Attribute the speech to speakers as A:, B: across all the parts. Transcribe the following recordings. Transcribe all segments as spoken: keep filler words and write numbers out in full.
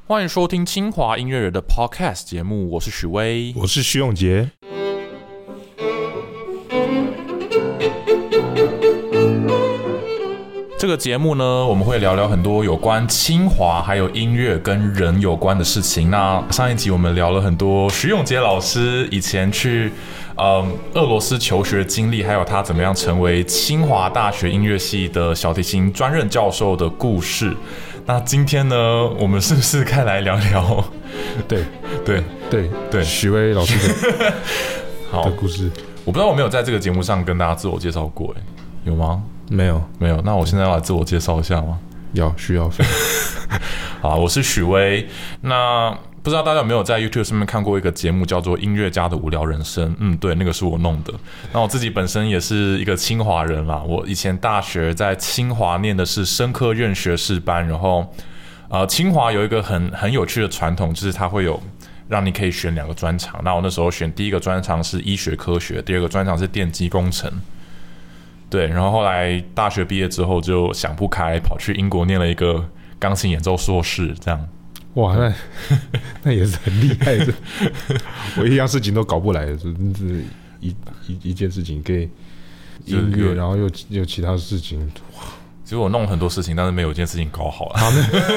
A: 欢迎收听清华音乐人的 Podcast 节目，我是许巍，
B: 我是徐永杰。
A: 这个节目呢，我们会聊聊很多有关清华还有音乐跟人有关的事情。那上一集我们聊了很多徐永杰老师以前去嗯俄罗斯求学经历，还有他怎么样成为清华大学音乐系的小提琴专任教授的故事。那今天呢，我们是不是该来聊聊？
B: 对
A: 对
B: 对
A: 对，
B: 许巍老师的
A: 好
B: 的故事。
A: 我不知道我没有在这个节目上跟大家自我介绍过，哎，有吗？
B: 没有
A: 没有。那我现在要来自我介绍一下吗？
B: 要需要。
A: 好，我是许巍。那不知道大家有没有在 YouTube 上面看过一个节目叫做《音乐家的无聊人生》？嗯，对，那个是我弄的。那我自己本身也是一个清华人啦。我以前大学在清华念的是生科院学士班，然后呃，清华有一个很很有趣的传统，就是它会有让你可以选两个专长。那我那时候选第一个专长是医学科学，第二个专长是电机工程。对，然后后来大学毕业之后就想不开，跑去英国念了一个钢琴演奏硕士，这样。
B: 哇，那那也是很厉害的。我一样事情都搞不来的，是一一一件事情可以音乐，然后又又其他事情。哇，
A: 其实我弄了很多事情，但是没有一件事情搞好了。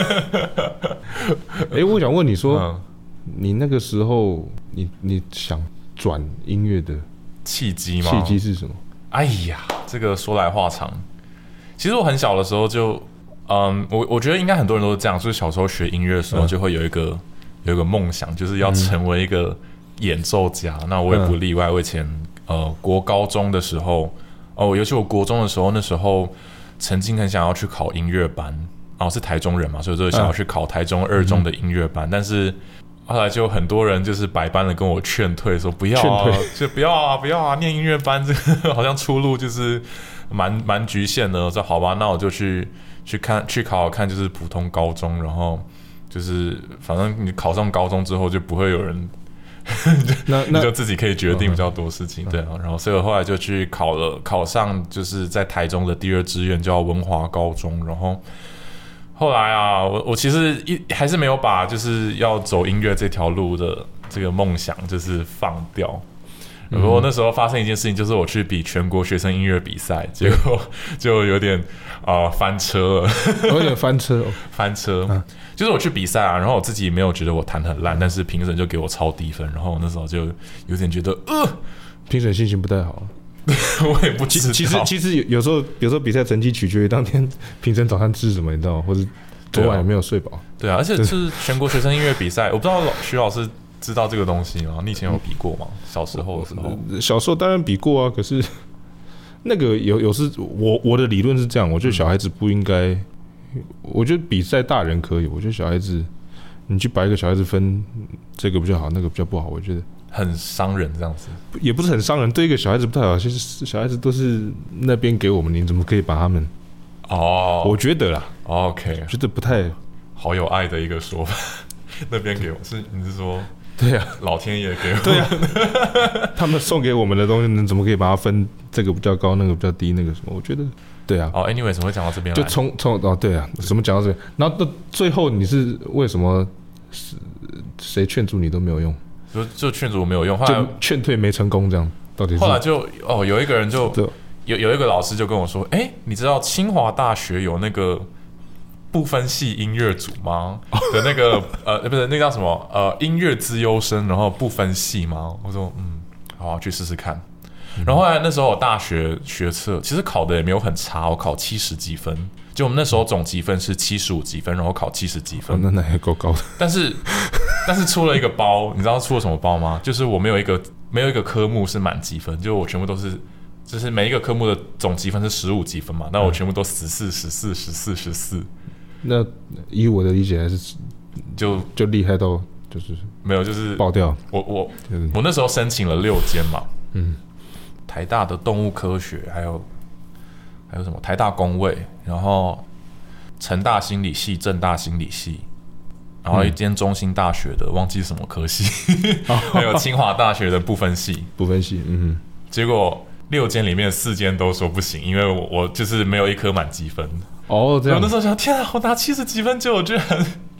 B: 哎、欸，我想问你说，嗯、你那个时候你你想转音乐的
A: 契机吗？
B: 契机是什么？
A: 哎呀，这个说来话长。其实我很小的时候就，嗯，我我觉得应该很多人都是这样，就是小时候学音乐的时候就会有一个、嗯、有一个梦想，就是要成为一个演奏家。嗯、那我也不例外。我以前呃国高中的时候，哦，尤其我国中的时候，那时候曾经很想要去考音乐班，哦，是台中人嘛，所以就想要去考台中二中的音乐班，嗯、但是。后来就很多人就是百般的跟我劝退，说不要啊，就不要啊，不要啊，念音乐班这个好像出路就是蛮蛮局限的。我说好吧，那我就去去看去考考看，就是普通高中，然后就是反正你考上高中之后就不会有人，那你就自己可以决定比较多事情，对啊。然后所以我后来就去考了，考上就是在台中的第二志愿叫文华高中，然后。后来啊，我我其实一还是没有把就是要走音乐这条路的这个梦想就是放掉。不过那时候发生一件事情，就是我去比全国学生音乐比赛，结果就有点啊、呃、翻车了，
B: 有点翻车，
A: 翻车。啊、就是我去比赛啊，然后我自己没有觉得我弹很烂，但是评审就给我超低分，然后我那时候就有点觉得呃，
B: 评审心情不太好。
A: 我也不知道。
B: 其实其实有时候有时候比赛成绩取决于当天评审早餐吃什么，你知道吗？或者昨晚有没有睡饱？
A: 对啊，而且是全国学生音乐比赛，我不知道徐老师知道这个东西吗？你以前有比过吗？小时候的时候，
B: 小时候当然比过啊。可是那个有有时我我的理论是这样，我觉得小孩子不应该，嗯、我觉得比赛大人可以，我觉得小孩子你去把一个小孩子分这个比较好，那个比较不好，我觉得。
A: 很伤人，这样子
B: 也不是很伤人，对一个小孩子不太好。其实小孩子都是那边给我们，你怎么可以把他们？
A: 哦，
B: 我觉得啦
A: ，OK，
B: 觉得不太
A: 好有爱的一个说法。那边给我是你是说？
B: 对啊，
A: 老天爷给我。
B: 对啊，他们送给我们的东西，你怎么可以把它分这个比较高，那个比较低，那个什么？我觉得对啊。
A: 哦 ，anyway， 怎么会讲到这边来？
B: 就从从哦，对啊，怎么讲到这边？然后到最后你是为什么？谁劝阻你都没有用。
A: 就就劝阻没有用，后来
B: 就劝退没成功，这样到底是？
A: 后来就哦，有一个人就有有一个老师就跟我说，哎、欸，你知道清华大学有那个不分系音乐组吗？的那个呃，不是那个叫什么呃音乐资优生，然后不分系吗？我说嗯，好、啊，去试试看。然后后来那时候我大学学测其实考的也没有很差，我考七十几分。就我们那时候总积分是七十五几分，然后考七十几分，
B: 哦、那那还够高的。
A: 但是，但是出了一个包，你知道出了什么包吗？就是我没有一个没有一个科目是满积分，就我全部都是，就是每一个科目的总积分是十五积分嘛，那我全部都十四、十四、十四、十四。
B: 那以我的理解，还是
A: 就就
B: 厉害到就是
A: 没有就是
B: 爆掉。
A: 我我我那时候申请了六间嘛，
B: 嗯，
A: 台大的动物科学，还有。还有什么台大工卫，然后成大心理系、政大心理系，然后一间中兴大学的，忘记什么科系，还有清华大学的不分系，
B: 不分系，嗯哼。
A: 结果六间里面四间都说不行，因为我我就是没有一科满积分。
B: 哦，这样。
A: 我那时候想，天啊，我拿七十几分，结果居然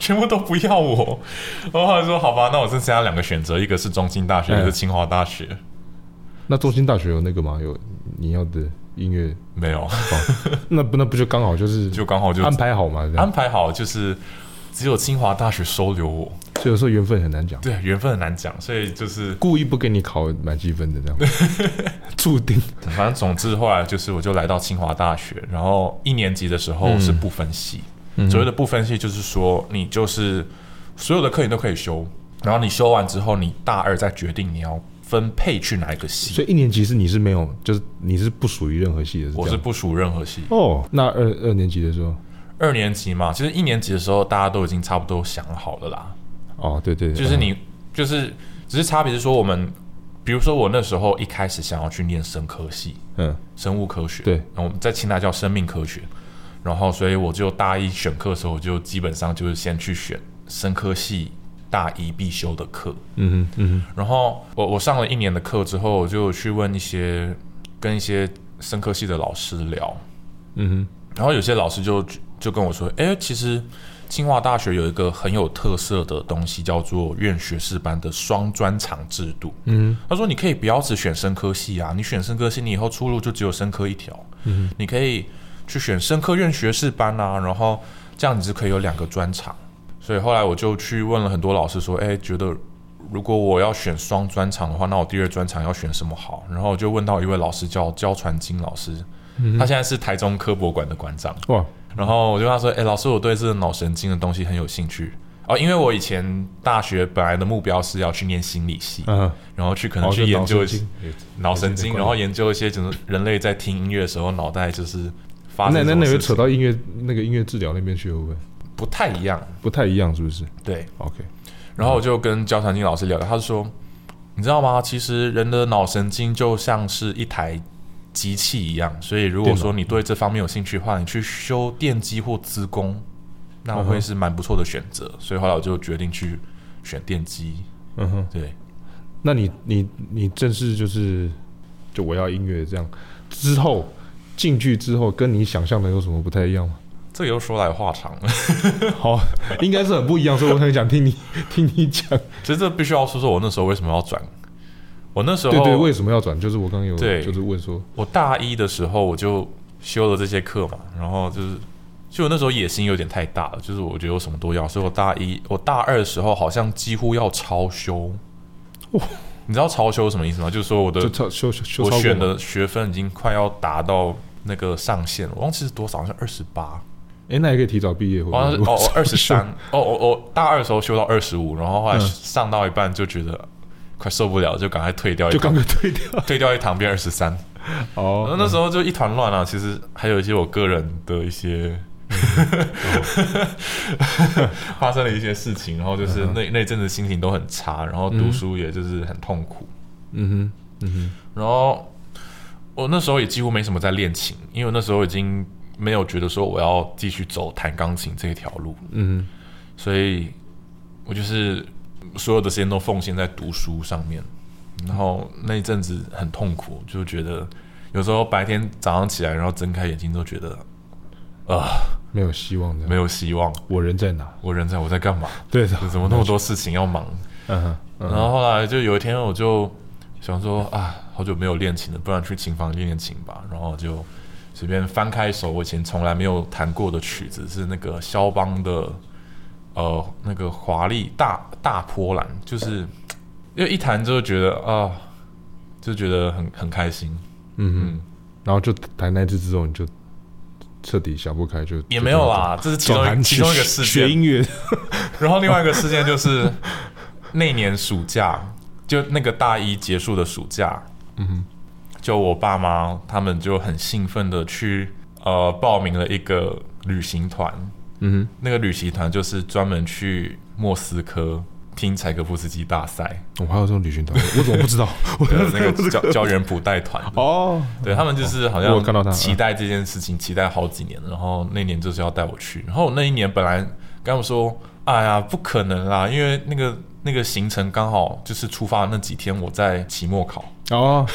A: 全部都不要我。然后后来说好吧，那我剩下两个选择，一个是中兴大学，一个是清华大学。
B: 那中兴大学有那个吗？有你要的音乐
A: 没有？
B: 那不那不就刚好就是
A: 就刚好就
B: 安排好嘛？
A: 安排好就是只有清华大学收留我，
B: 所以有时候缘分很难讲。
A: 对，缘分很难讲，所以就是
B: 故意不给你考满积分的这样，注定。
A: 反正总之后来就是我就来到清华大学，然后一年级的时候是不分系。嗯、所谓的不分系就是说你就是所有的课你都可以修，然后你修完之后你大二再决定你要分配去哪一个系。
B: 所以一年级是你是没有，就是你是不属于任何系的。是
A: 我是不属任何系。
B: 哦，那二二年级的时候，
A: 二年级嘛，其实一年级的时候大家都已经差不多想好了啦。
B: 哦，对对对，
A: 就是你、嗯、就是只是差别是说我们，比如说我那时候一开始想要去念生科系，嗯，生物科学，
B: 对，
A: 然后我们在清大叫生命科学，然后所以我就大一选课的时候，我就基本上就是先去选生科系大一必修的课，嗯哼嗯哼，然后我我上了一年的课之后，我就去问一些跟一些生科系的老师聊，嗯哼，然后有些老师就就跟我说，哎，其实清华大学有一个很有特色的东西，叫做院学士班的双专长制度。嗯，他说你可以不要只选生科系啊，你选生科系，你以后出路就只有生科一条。嗯，你可以去选生科院学士班啊，然后这样你就可以有两个专长。所以后来我就去问了很多老师说，哎，觉得如果我要选双专长的话，那我第二专长要选什么好？然后我就问到一位老师叫焦传金老师，嗯、他现在是台中科博馆的馆长。哇！然后我就跟他说，哎，老师，我对这个脑神经的东西很有兴趣哦，因为我以前大学本来的目标是要去念心理系，嗯、然后去可能去研究脑神经，然后研究一些就是人类在听音乐的时候脑袋就是发生什么事情。那那那会扯
B: 到音乐那个音乐治疗那边去会不会？
A: 不太一样，
B: 不太一样，是不是？
A: 对
B: ，OK。
A: 然后我就跟焦传金老师聊，他就说，你知道吗？其实人的脑神经就像是一台机器一样，所以如果说你对这方面有兴趣的话，你去修电机或资工，那会是蛮不错的选择。嗯、所以后来我就决定去选电机。嗯哼，对。
B: 那你你你正式就是就我要音乐这样之后进去之后，跟你想象的有什么不太一样吗？
A: 这个又说来话长了。
B: 好，应该是很不一样，所以我很想听你听你讲。
A: 其实这必须要说说我那时候为什么要转。我那时候
B: 对对，为什么要转？就是我刚刚有就是问说，
A: 我大一的时候我就修了这些课嘛，然后就是就我那时候野心有点太大了，就是我觉得我什么都要，所以我大一我大二的时候好像几乎要超修。哇，你知道超修什么意思吗？就是说我的
B: 就修修
A: 我选的学分已经快要达到那个上限了，我忘记是多少，好像二十八。
B: 哎，那也可以提早毕业，
A: 好像是哦，我二十三，哦，我我大二的时候修到二十五，然后后来上到一半就觉得快受不了，就赶快退掉一堂，
B: 就赶快退掉，
A: 退掉一堂变二十三。哦，然后那时候就一团乱啊。其实还有一些我个人的一些、嗯、发生了一些事情，然后就是那那阵子心情都很差，然后读书也就是很痛苦。嗯哼，嗯哼。然后我那时候也几乎没什么在练琴，因为那时候已经没有觉得说我要继续走弹钢琴这一条路。嗯哼，所以我就是所有的时间都奉献在读书上面。然后那一阵子很痛苦，就觉得有时候白天早上起来，然后睁开眼睛都觉得啊、呃，
B: 没有希望的，
A: 没有希望。
B: 我人在哪？
A: 我人在我在干嘛？
B: 对的，
A: 怎么那么多事情要忙？嗯哼。嗯然后后来就有一天，我就想说啊，好久没有练琴了，不然去琴房练练琴吧。然后就随便翻开一首我以前从来没有弹过的曲子，是那个肖邦的呃那个华丽大大波兰，就是因为一弹就觉得啊，就觉得很很开心。嗯嗯，
B: 然后就弹那次之后，你就彻底想不开，就
A: 也没有啦，这是其中其中一个事件。
B: 学音乐，
A: 然后另外一个事件就是那年暑假，就那个大一结束的暑假，嗯哼，就我爸妈他们就很兴奋的去呃报名了一个旅行团，嗯哼，那个旅行团就是专门去莫斯科听柴可夫斯基大赛。
B: 我、哦、还有这种旅行团，我怎么不知道？
A: 对，那个教教人谱带团哦，对他们就是好像期待这件事情，期待好几年，然后那年就是要带我去。然后我那一年本来跟他们说，哎呀，不可能啦，因为那个那个行程刚好就是出发的那几天我在期末考
B: 哦，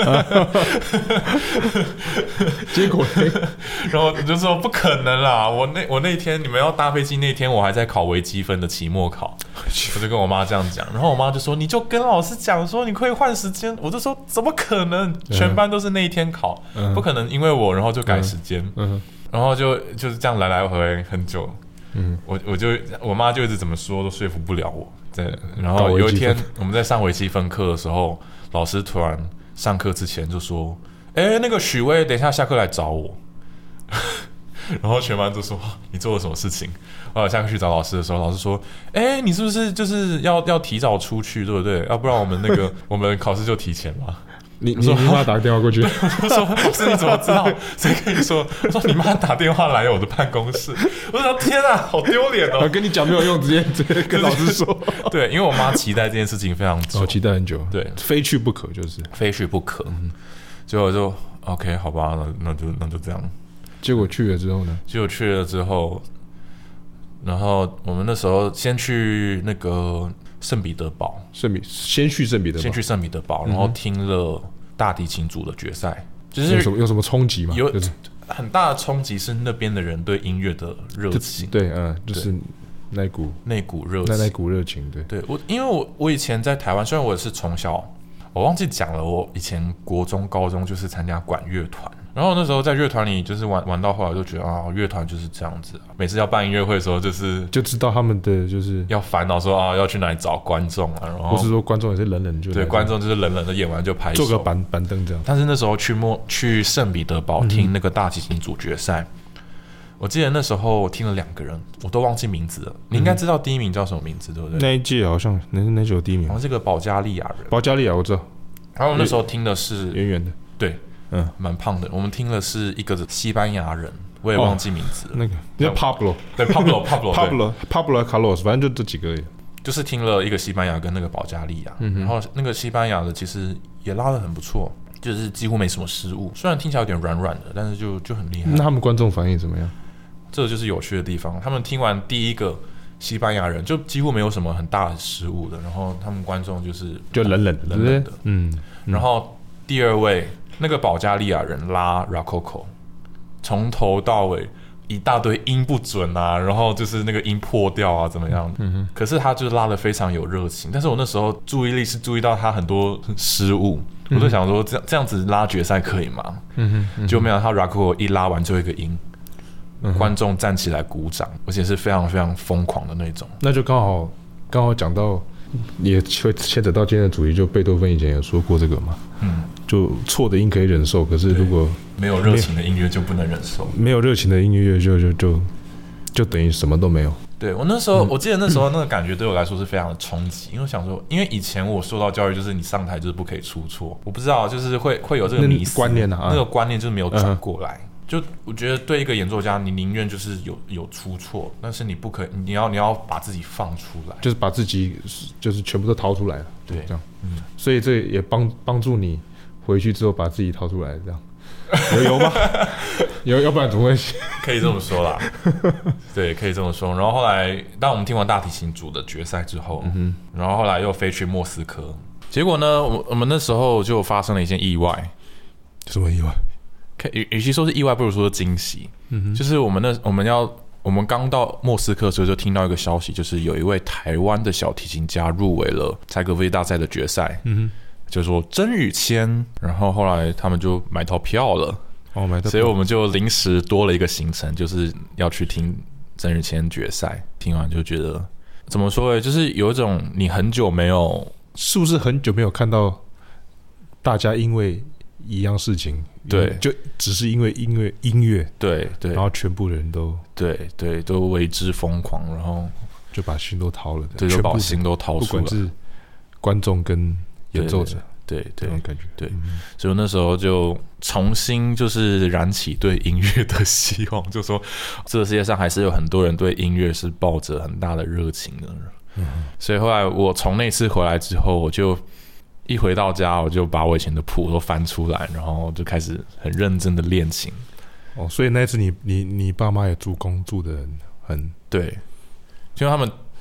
B: 结果
A: 然后我就说不可能啦，我那我那天你们要搭飞机那天我还在考微积分的期末考，我就跟我妈这样讲，然后我妈就说你就跟老师讲说你可以换时间，我就说怎么可能，全班都是那一天考，嗯、不可能因为我然后就改时间，嗯嗯、然后就就是这样来来回回很久，嗯，我我就我妈就一直怎么说都说服不了我。对，然后有一天我们在上微积分课的时候，老师突然上课之前就说：“哎，那个许巍，等一下下课来找我。”然后全班就说：“你做了什么事情？”后来下课去找老师的时候，老师说：“哎，你是不是就是要要提早出去，对不对？要不然我们那个我们考试就提前嘛。”
B: 你你你妈打个电话过去，
A: 我说老师你怎么知道？谁跟你说？我说你妈打电话来我的办公室。我说天啊，好丢脸哦！
B: 跟你讲没有用，直接直接跟老师说。
A: 对，因为我妈期待这件事情非常久，
B: 哦，期待很久，
A: 对，
B: 非去不可，就是
A: 非去不可。嗯，结果就 OK， 好吧，那那就那就这样。
B: 结果去了之后呢？
A: 结果去了之后，然后我们那时候先去那个。圣彼得堡，
B: 圣彼先去圣彼得堡，
A: 先去圣彼得堡，然后听了大提琴组的决赛，
B: 就是有什么有什么冲击吗？
A: 有、
B: 就是、
A: 很大的冲击是那边的人对音乐的热情，
B: 对，嗯，就是那股
A: 那股热情，
B: 那那股热情，对，
A: 对我，因为我我以前在台湾，虽然我也是从小，我忘记讲了，我以前国中、高中就是参加管乐团。然后那时候在乐团里就是玩玩到后来就觉得啊，乐团就是这样子、啊。每次要办音乐会的时候，就是
B: 就知道他们的就是
A: 要烦恼说啊，要去哪里找观众啊，然后
B: 不是说观众也是冷冷就
A: 对，观众就是冷冷的演完就拍手，
B: 做个板板凳这样。
A: 但是那时候去莫去圣彼得堡听那个大提琴组决赛、嗯，我记得那时候我听了两个人，我都忘记名字了。你应该知道第一名叫什么名字，对不对？
B: 那一届好像那那届有第一名，
A: 好像是个保加利亚人。
B: 保加利亚我知道。
A: 然后我那时候听的是
B: 圆圆的，
A: 对。嗯，蛮胖的。我们听的是一个西班牙人，我也忘记名字了。
B: 哦、那个叫 Pablo，
A: 对 Pablo，Pablo，Pablo，Pablo
B: Pablo Carlos， 反正就这几个而已。
A: 就是听了一个西班牙跟那个保加利亚，嗯、然后那个西班牙的其实也拉得很不错，就是几乎没什么失误。虽然听起来有点软软的，但是就就很厉害。
B: 那他们观众反应怎么样？
A: 这就是有趣的地方。他们听完第一个西班牙人，就几乎没有什么很大的失误的，然后他们观众就是
B: 就冷冷的，
A: 冷冷的，嗯。然后第二位。那个保加利亚人拉 Rococo， 从头到尾一大堆音不准啊，然后就是那个音破掉啊，怎么样？嗯哼。可是他就拉得非常有热情，但是我那时候注意力是注意到他很多失误，嗯、我就想说这样这样子拉决赛可以吗？嗯哼。就没想到他 Rococo 一拉完最后一个音，嗯、观众站起来鼓掌，而且是非常非常疯狂的那种。
B: 那就刚好刚好讲到。也会牵扯到今天的主题，就贝多芬以前有说过这个嘛，嗯，就错的音可以忍受，可是如果
A: 没有热情的音乐就不能忍受，
B: 没有热情的音乐就就就就等于什么都没有。
A: 对我那时候，嗯、我记得那时候那个感觉对我来说是非常的冲击，因为我想说，因为以前我受到教育就是你上台就是不可以出错，我不知道就是会会有这个迷思
B: 观念啊，
A: 那个观念就是没有转过来。嗯就我觉得对一个演奏家，你宁愿就是有有出错，但是你不可以，你要你要把自己放出来，
B: 就是把自己就是全部都掏出来了，
A: 对，
B: 这样，嗯，所以这也帮帮助你回去之后把自己掏出来，这样有有吗？有，要不然怎么会？
A: 可以这么说啦，对，可以这么说。然后后来，当我们听完大提琴组的决赛之后，嗯哼，然后后来又飞去莫斯科，结果呢，我我们那时候就发生了一件意外，
B: 什么意外？
A: 与与其说是意外，不如说是惊喜。嗯哼，就是我们那我们要我们刚到莫斯科的时候，就听到一个消息，就是有一位台湾的小提琴家入围了柴可夫斯基大赛的决赛。嗯哼，就说曾宇谦，然后后来他们就买到票了。哦，买到票，所以我们就临时多了一个行程，就是要去听曾宇谦决赛。听完就觉得怎么说呢？就是有一种你很久没有，
B: 是不是很久没有看到大家因为一样事情，
A: 对，
B: 就只是因为音乐音乐，
A: 对对，
B: 然后全部人都
A: 对对都为之疯狂，然后
B: 就把心都掏了，
A: 对，就把心都掏出来，
B: 不管是观众跟演奏者，
A: 对 对, 对, 对
B: 这种感觉，
A: 对，嗯、所以我那时候就重新就是燃起对音乐的希望，就说这个世界上还是有很多人对音乐是抱着很大的热情的，嗯、所以后来我从那次回来之后，我就。一回到家，我就把我以前的谱都翻出来，然后就开始很认真的练琴。
B: 哦，所以那次你你你爸妈也助攻助的很
A: 对，因为他们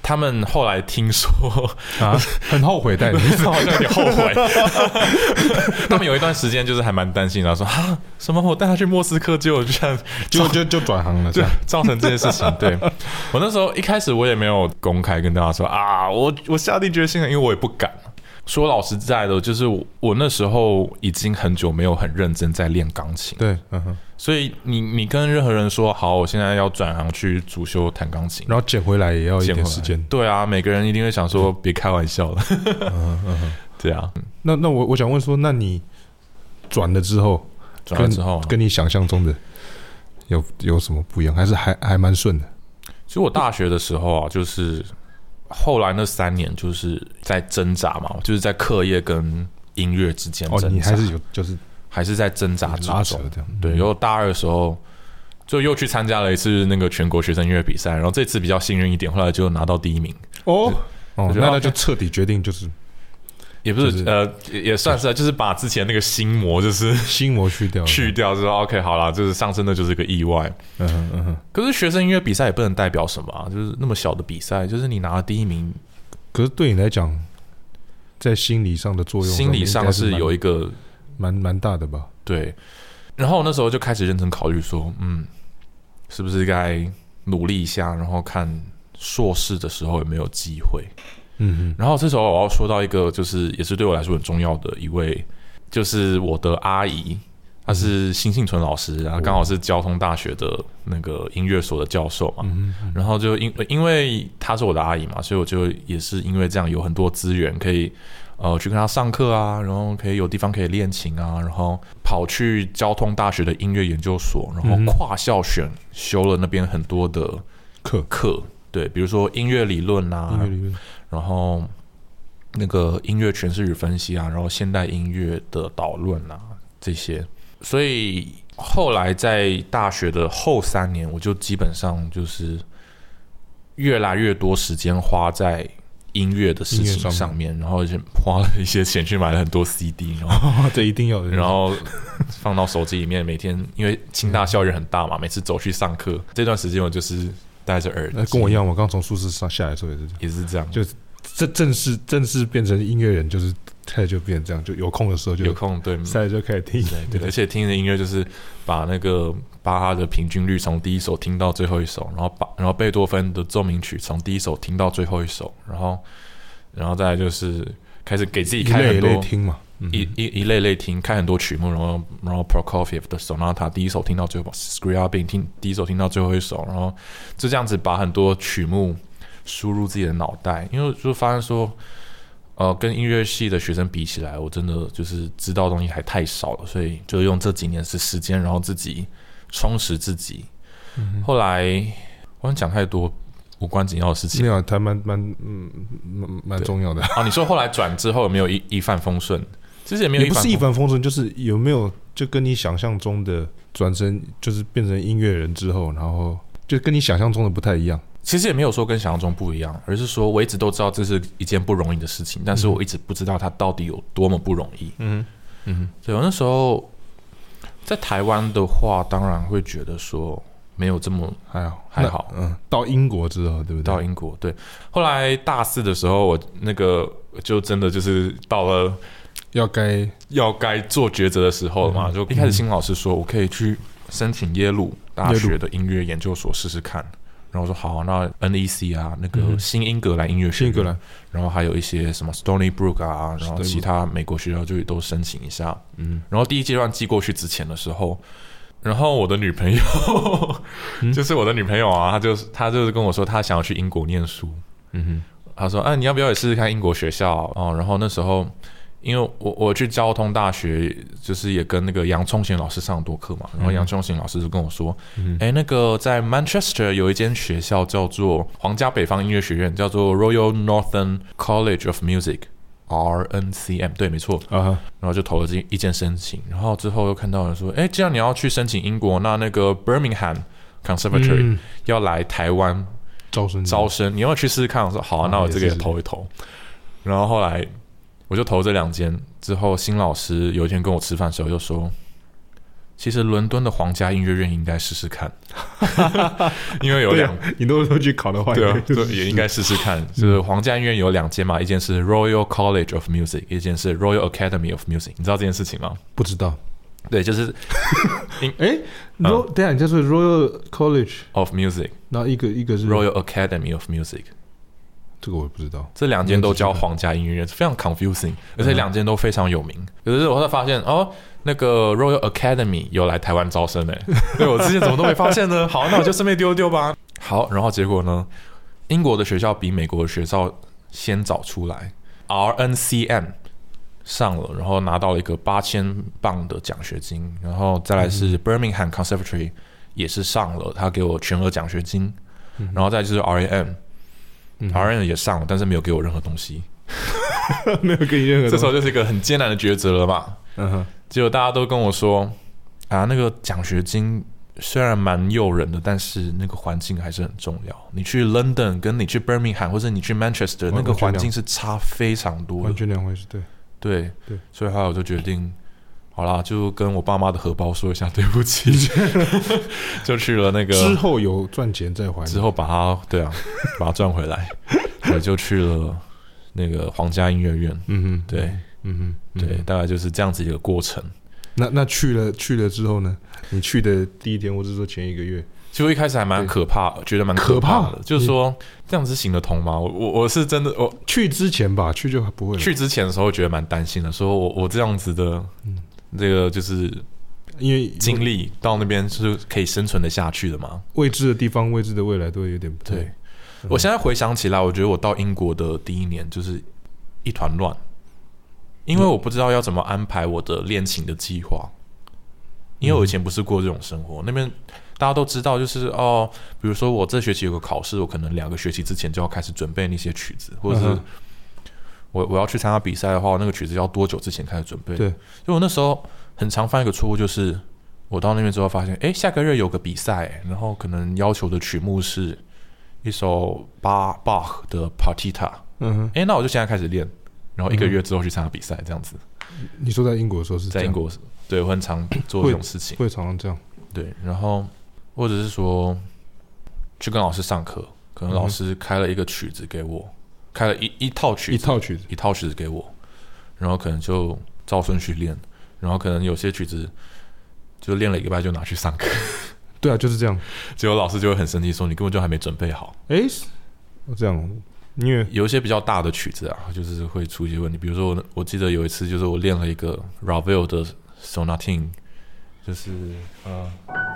A: 他们后来听说
B: 啊，很后悔带你，
A: 好像有点后悔。他们有一段时间就是还蛮担心的，说啊什么我带他去莫斯科，结果这样
B: 就就就转行了，
A: 对，造成这件事情。对，我那时候一开始我也没有公开跟大家说啊，我我下定决心了，因为我也不敢。说老实在的，就是我我那时候已经很久没有很认真在练钢琴，
B: 对，嗯哼，
A: 所以你你跟任何人说好，我现在要转行去主修弹钢琴，
B: 然后捡回来也要一点时间，
A: 对啊，每个人一定会想说别开玩笑了，
B: 嗯嗯，
A: 对啊。
B: 那那我我想问说，那你转了之后，
A: 转了之后、啊、
B: 跟, 跟你想象中的有有什么不一样，还是还还蛮顺的？
A: 其实我大学的时候啊，就是后来那三年就是在挣扎嘛，就是在课业跟音乐之间挣扎。哦，
B: 你还是有就是
A: 还是在挣扎之中，
B: 这样。
A: 对，然后大二的时候就又去参加了一次那个全国学生音乐比赛，然后这次比较幸运一点，后来就拿到第一名。
B: 哦，哦，那那就彻底决定就是。
A: 也不是、
B: 就是、
A: 呃，也算是，就是把之前那个心魔，就是
B: 心魔去掉，
A: 去掉之后 ，OK， 好啦，就是上升的就是个意外。
B: 嗯哼嗯哼。
A: 可是学生音乐比赛也不能代表什么啊，就是那么小的比赛，就是你拿了第一名，
B: 可是对你来讲，在心理上的作用，
A: 心理上是有一个
B: 蛮蛮大的吧？
A: 对。然后那时候就开始认真考虑说，嗯，是不是该努力一下，然后看硕士的时候有没有机会。
B: 嗯，
A: 然后这时候我要说到一个，就是也是对我来说很重要的一位，就是我的阿姨，她是辛幸存老师，然后刚好是交通大学的那个音乐所的教授嘛。
B: 嗯嗯、
A: 然后就因因为她是我的阿姨嘛，所以我就也是因为这样有很多资源可以呃去跟她上课啊，然后可以有地方可以练琴啊，然后跑去交通大学的音乐研究所，然后跨校选修了那边很多的
B: 课
A: 课，对，比如说音乐理论啊，
B: 音乐理论。
A: 然后那个音乐诠释与分析啊，然后现代音乐的导论啊这些，所以后来在大学的后三年，我就基本上就是越来越多时间花在音乐的事情上面，然后就花了一些钱去买了很多 C D， 然后
B: 这一定要的，
A: 然后放到手机里面，每天因为清大校园很大嘛，每次走去上课这段时间我就是戴着耳机，
B: 跟我一样，我刚从宿舍上下来的时候也是
A: 也是这样，
B: 就正正式正式变成音乐人，就是开始就变成这样，就有空的时候就
A: 有空对，
B: 下来就开始听，
A: 对，对，而且听的音乐就是把那个巴哈的平均律从第一首听到最后一首，然后把然后贝多芬的奏鸣曲从第一首听到最后一首，然后然后再来就是开始给自己开很多
B: 一类一类听嘛。
A: 嗯、一一一类类听，开很多曲目，然后然后 Prokofiev 的 Sonata 第一首听到最后 ，Scriabin 听第一首听到最后一首，然后就这样子把很多曲目输入自己的脑袋，因为就发现说，呃，跟音乐系的学生比起来，我真的就是知道的东西还太少了，所以就用这几年是时间，然后自己充实自己。嗯、后来我想讲太多无关紧要的事情，
B: 没有，它蛮蛮嗯蛮重要的
A: 啊。你说后来转之后有没有一一帆风顺？其实也没有一帆风顺，
B: 也不是一帆风顺，就是有没有就跟你想象中的转成就是变成音乐人之后，然后就跟你想象中的不太一样。
A: 其实也没有说跟想象中不一样，而是说我一直都知道这是一件不容易的事情，但是我一直不知道它到底有多么不容易。
B: 嗯嗯，
A: 对，我那时候在台湾的话，当然会觉得说没有这么
B: 还好
A: 还好。
B: 嗯，到英国之后，对不对？
A: 到英国，对。后来大四的时候，我那个就真的就是到了。
B: 要该
A: 要该做抉择的时候了嘛，嗯、就一开始新老师说我可以去申请耶鲁大学的音乐研究所试试看，然后我说好，那 N E C 啊，那个新英格兰音乐学院，然后还有一些什么 Stony Brook 啊，然后其他美国学校就都申请一下，嗯，然后第一阶段寄过去之前的时候，然后我的女朋友就是我的女朋友啊，她就她就是跟我说她想要去英国念书，嗯哼，她说啊你要不要也试试看英国学校哦，然后那时候。因为我我去交通大学，就是也跟那个杨聪贤老师上很多课嘛，然后杨聪贤老师就跟我说，哎、嗯，那个在 Manchester 有一间学校叫做皇家北方音乐学院，叫做 Royal Northern College of Music。R N C M 对，没错， uh-huh. 然后就投了这一件申请，然后之后又看到人说，哎，既然你要去申请英国，那那个 Birmingham Conservatory、嗯、要来台湾
B: 招生，
A: 招生，你要去试试看？我说好啊，那我这个也投一投。然后后来我就投这两间，之后新老师有一天跟我吃饭的时候又说， 其实伦敦的皇家音乐院应该试试看，因为有两，
B: 啊、你都都去考的话，
A: 对啊，对，也应该试试看。就是皇家音乐院有两间嘛，一间是 Royal College of Music， 一间是 Royal Academy of Music。你知道这件事情吗？
B: 不知道。
A: 对，就是
B: 哎，嗯，等一下，你叫做 Royal College
A: of Music，
B: 然后一个一个是
A: Royal Academy of Music。
B: 这个我也不知道，
A: 这两间都叫皇家音乐院，非常 confusing， 而且两间都非常有名。可是我才发现哦，那个 Royal Academy 有来台湾招生哎，对我之前怎么都没发现呢？好，那我就顺便丢丢吧。好，然后结果呢，英国的学校比美国的学校先早出来 ，R N C M 上了，然后拿到了一个八千磅的奖学金，然后再来是 Birmingham Conservatory 也是上了，他给我全额奖学金，然后再就是 R A M。嗯、R N 也上了，但是没有给我任何东西，
B: 没有给你任何东西。
A: 这时候就是一个很艰难的抉择了嘛。嗯哼，结果大家都跟我说啊，那个奖学金虽然蛮诱人的，但是那个环境还是很重要。你去 London 跟你去 Birmingham 或者你去 Manchester， 那个环境是差非常多的，
B: 完全两回事。对
A: 对对，所以后来我就决定，好啦，就跟我爸妈的荷包说一下对不起，就去了那个
B: 之后有赚钱再还，
A: 之后把它对啊，把它赚回来，对，就去了那个皇家音乐院。嗯哼，对，嗯哼，对，大概就是这样子一个过程。
B: 那那去了去了之后呢？你去的第一天，或者说前一个月，
A: 其实一开始还蛮可怕，觉得蛮可怕的，就是说这样子行得通吗？我我我是真的，我
B: 去之前吧，去就不会了。
A: 去之前的时候觉得蛮担心的，说我我这样子的，嗯。这个就是
B: 因为
A: 经历到那边是可以生存的下去的嘛？
B: 未知的地方、未知的未来都有点不
A: 对。嗯、我现在回想起来，我觉得我到英国的第一年就是一团乱，因为我不知道要怎么安排我的恋情的计划。因为我以前不是过这种生活，那边大家都知道，就是哦，比如说我这学期有个考试，我可能两个学期之前就要开始准备那些曲子，或者是。嗯我我要去参加比赛的话，那个曲子要多久之前开始准备？
B: 对，
A: 所以我那时候很常犯一个错误，就是我到那边之后发现，哎，下个月有个比赛，然后可能要求的曲目是一首巴巴赫的 Partita， 嗯哼，哎，那我就现在开始练，然后一个月之后去参加比赛，这样子。
B: 你说在英国的时候是
A: 在英国，对我很常做这种事情，
B: 会, 会常常这样，
A: 对，然后或者是说去跟老师上课，可能老师开了一个曲子给我。开了一一套曲子，
B: 一套曲子，
A: 一套曲子给我，然后可能就照顺序练，然后可能有些曲子就练了一个礼拜就拿去上课。
B: 对啊，就是这样。
A: 结果老师就会很生气，说你根本就还没准备好。
B: 哎，这样，因为
A: 有一些比较大的曲子啊，就是会出一些问题。比如说我，我记得有一次就是我练了一个 Ravel 的 Sonatine， 就是呃。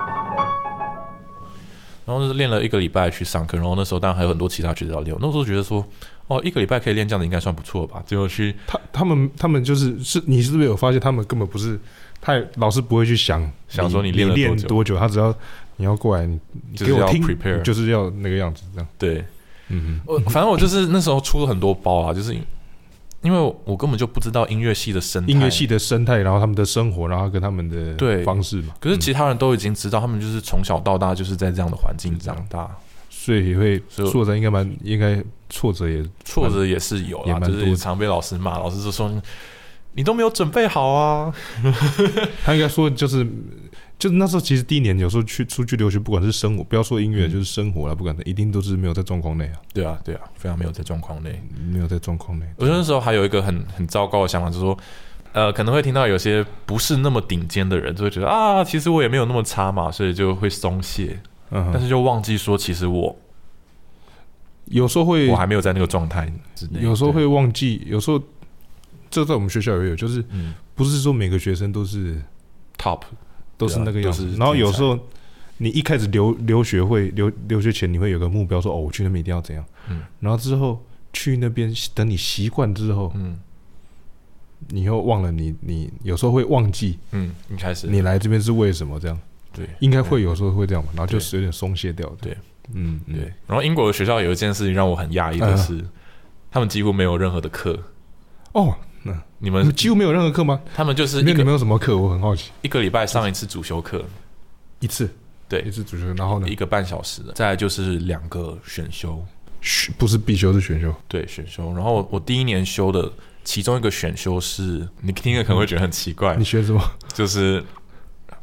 A: 然后就是练了一个礼拜去上课，然后那时候当然还有很多其他曲子要练。那时候觉得说，哦，一个礼拜可以练这样子应该算不错吧。结果去
B: 他他们他们就是是，你是不是有发现他们根本不是太老师不会去想
A: 想说你练了
B: 多久多久，他只要你要过来，你给我听，
A: 就是
B: 就是要那个样子这样。
A: 对，嗯哼，反正我就是那时候出了很多包啊，就是。因为我根本就不知道音乐系的生态，
B: 音乐系的生态，然后他们的生活，然后跟他们的方式嘛。
A: 可是其他人都已经知道，他们就是从小到大就是在这样的环境长大，
B: 所以会挫折应该蛮应该挫折也
A: 挫折也是有啦，就是常被老师骂，老师就说你都没有准备好啊。
B: 他应该说就是就是那时候其实第一年有时候去出去留学，不管是生活，不要说音乐，嗯、就是生活啦，不管一定都是没有在状况内啊。
A: 对啊，对啊，非常没有在状况内，
B: 没有在状况内。
A: 我那时候还有一个很很糟糕的想法，就是说，呃，可能会听到有些不是那么顶尖的人，就会觉得啊，其实我也没有那么差嘛，所以就会松懈。嗯，但是就忘记说，其实我
B: 有时候会，
A: 我还没有在那个状态之内。
B: 有时候会忘记，有时候这在我们学校也有，就是不是说每个学生都是
A: top。
B: 都是那个样子，然后有时候你一开始留留学会留留学前，你会有个目标说，哦，我去那边一定要怎样，嗯，然后之后去那边，等你习惯之后，嗯，你又忘了你你有时候会忘记，
A: 嗯，一开始
B: 你来这边是为什么这样，
A: 对，
B: 应该会有时候会这样嘛，然后就是有点松懈掉，
A: 对，嗯对。然后英国的学校有一件事情让我很讶异的是，嗯、他们几乎没有任何的课，
B: 哦。
A: 你 们,
B: 你们几乎没有任何课吗？
A: 他们就是
B: 一个你们有什么课？我很好奇。
A: 一个礼拜上一次主修课，
B: 一次，
A: 对，
B: 一次主修，然后呢，
A: 一个半小时的，再来就是两个选修，
B: 不是必修是选修，
A: 对，选修。然后我第一年修的其中一个选修是，你听了可能会觉得很奇怪，
B: 你学什么？
A: 就是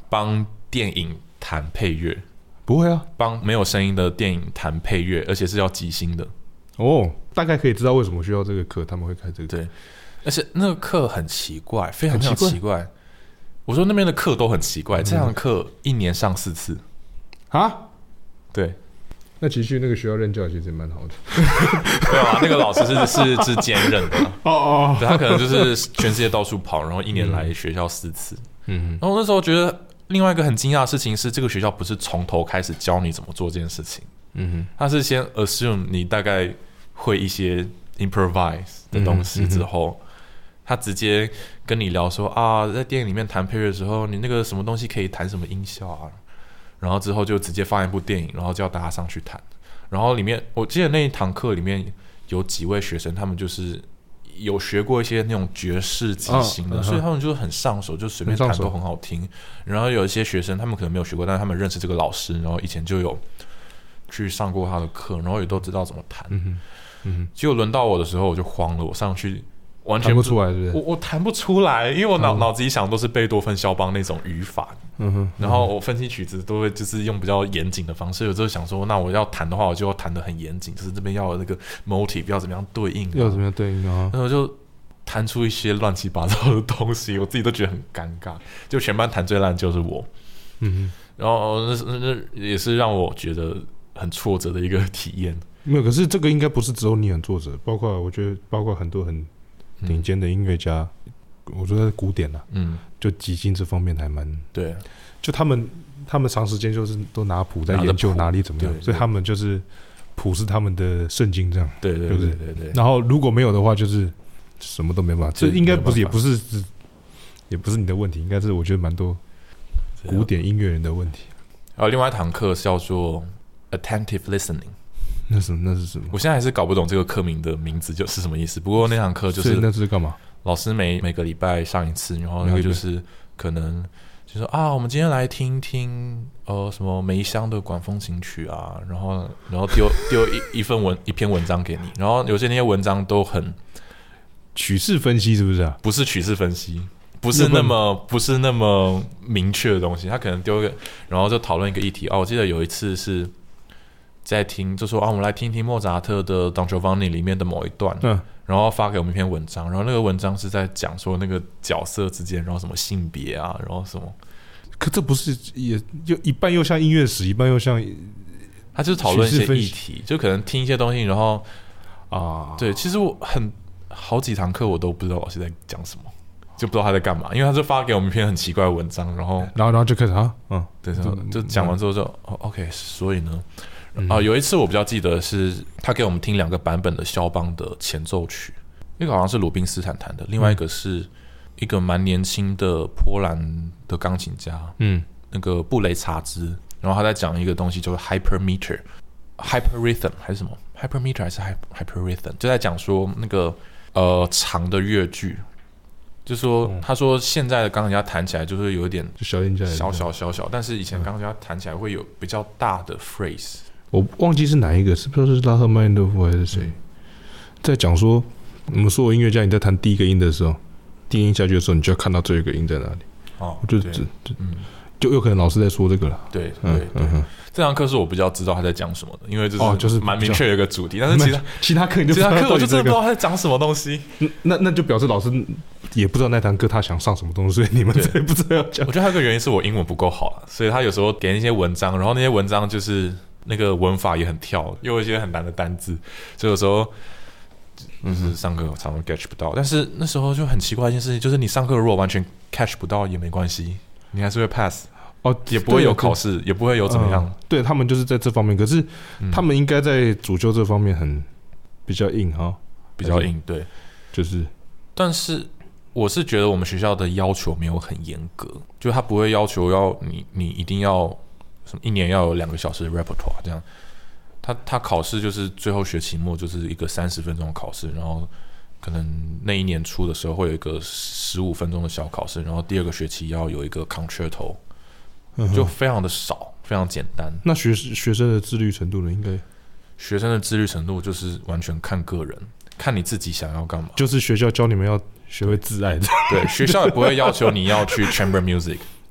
A: 帮电影弹配乐。
B: 不会啊，
A: 帮没有声音的电影弹配乐，而且是要即兴的。
B: 哦，大概可以知道为什么需要这个课，他们会开这个。
A: 对，而且那个课很奇怪，非常非常奇怪。我说那边的课都很奇怪，嗯、这样的课一年上四次
B: 啊？
A: 对。
B: 那其实去那个学校任教其实也蛮好的。
A: 对啊，那个老师是是是兼任的。
B: 哦哦，
A: 对，他可能就是全世界到处跑，然后一年来学校四次。嗯，然后我那时候觉得另外一个很惊讶的事情是，这个学校不是从头开始教你怎么做这件事情。嗯哼，他是先 assume 你大概会一些 improvise 的东西之后，嗯嗯、他直接跟你聊说啊，在电影里面弹配乐的时候，你那个什么东西可以弹什么音效啊。然后之后就直接放一部电影，然后叫大家上去弹。然后里面我记得那一堂课里面有几位学生，他们就是有学过一些那种爵士即兴的，哦、所以他们就很上手，就随便弹都很好听。然后有一些学生他们可能没有学过，但是他们认识这个老师，然后以前就有去上过他的课，然后也都知道怎么弹。嗯哼，嗯哼。结果轮到我的时候，我就慌了，我上去完全
B: 弹不出来，是不是？
A: 我我弹不出来，因为我脑、嗯、脑子里想的都是贝多芬、肖邦那种语法。嗯哼，然后我分析曲子都会就是用比较严谨的方式，有时候想说，那我要弹的话，我就要弹得很严谨，就是这边要有那个 motive 要怎么样对应、啊，
B: 要怎么样对应啊？
A: 然后就弹出一些乱七八糟的东西，我自己都觉得很尴尬。就全班弹最烂就是我，嗯哼，然后那那也是让我觉得很挫折的一个体验。
B: 没有，可是这个应该不是只有你很挫折，包括我觉得，包括很多很顶尖的音乐家。嗯，我觉得古典啊，嗯，就即兴这方面还蛮
A: 对，
B: 就他们他们长时间就是都拿谱在研究哪里怎么样，所以他们就是谱是他们的圣经这样，
A: 对对对对 对, 对。
B: 然后如果没有的话，就是什么都没办法。这应该不是也不是也不是你的问题，应该是我觉得蛮多古典音乐人的问题。
A: 还有另外一堂课叫做 attentive listening，
B: 那是那是什么？
A: 我现在还是搞不懂这个课名的名字就是什么意思。不过那堂课就是
B: 那是干嘛？
A: 老师每每个礼拜上一次，然后他就是可能就说啊，我们今天来听听呃什么梅香的管风琴曲啊，然后然后丢丢一一份文一篇文章给你，然后有些那些文章都很
B: 曲式分析，是不是啊？
A: 不是曲式分析，不是那么不是那么明确的东西，他可能丢一个，然后就讨论一个议题。哦，我记得有一次是在听，就说啊，我们来听听莫扎特的《Don Giovanni》里面的某一段，嗯。然后发给我们一篇文章，然后那个文章是在讲说那个角色之间，然后什么性别啊，然后什么，
B: 可这不是也就一半又像音乐史，一半又像，
A: 他就是讨论一些议题，就可能听一些东西，然后
B: 啊，
A: 对，其实我很好几堂课我都不知道老师在讲什么，就不知道他在干嘛，因为他就发给我们一篇很奇怪的文章，然后
B: 然后然后就开始啊，嗯，
A: 对，就讲完之后就、嗯哦、OK， 所以呢。啊、呃，有一次我比较记得是他给我们听两个版本的肖邦的前奏曲，一个好像是鲁宾斯坦弹的，另外一个是一个蛮年轻的波兰的钢琴家，嗯，那个布雷查兹，然后他在讲一个东西叫做 hypermeter hyperrhythm 还是什么 hypermeter 还是 hyperrhythm， 就在讲说那个呃长的乐句。就说、嗯、他说现在的钢琴家弹起来就是有一点
B: 小音
A: 小小小小，但是以前钢琴家弹起来会有比较大的 phrase。
B: 我忘记是哪一个，是不是拉赫曼诺夫还是谁、嗯、在讲说，我们所有音乐家你在弹第一个音的时候，第一个音下去的时候，你就要看到最后一个音在哪里。
A: 哦，
B: 就就嗯，就有可能老师在说这个了。
A: 对对对，嗯嗯、这堂课是我比较知道他在讲什么的，因为就是就是蛮明确的一个主题，但是其他
B: 其他课你就
A: 其他课我就真的不知道他在讲什么东西。
B: 那那就表示老师也不知道那堂课他想上什么东西，所以你们才不知道要讲。
A: 我觉得还有一个原因是我英文不够好啦，所以他有时候给那些文章，然后那些文章就是那个文法也很跳，又有一些很难的单字，所以有时候就是上课常常 catch 不到。但是那时候就很奇怪一件事情，就是你上课如果完全 catch 不到也没关系，你还是会 pass。哦，也不会有考试，也不会有怎么样。
B: 嗯、对他们就是在这方面，可是他们应该在主修这方面很比较硬哈，
A: 比较硬，对，
B: 就是。
A: 但是我是觉得我们学校的要求没有很严格，就他不会要求要你你一定要什么一年要有两个小时的 repertoire 这样。他他考试就是最后学期末就是一个三十分钟的考试，然后可能那一年初的时候会有一个十五分钟的小考试，然后第二个学期要有一个 concerto。就非常的少，非常简单。
B: 那学学生的自律程度呢？应该
A: 学生的自律程度就是完全看个人，看你自己想要干嘛。
B: 就是学校教你们要学会自爱的。
A: 对，学校也不会要求你要去 chamber music，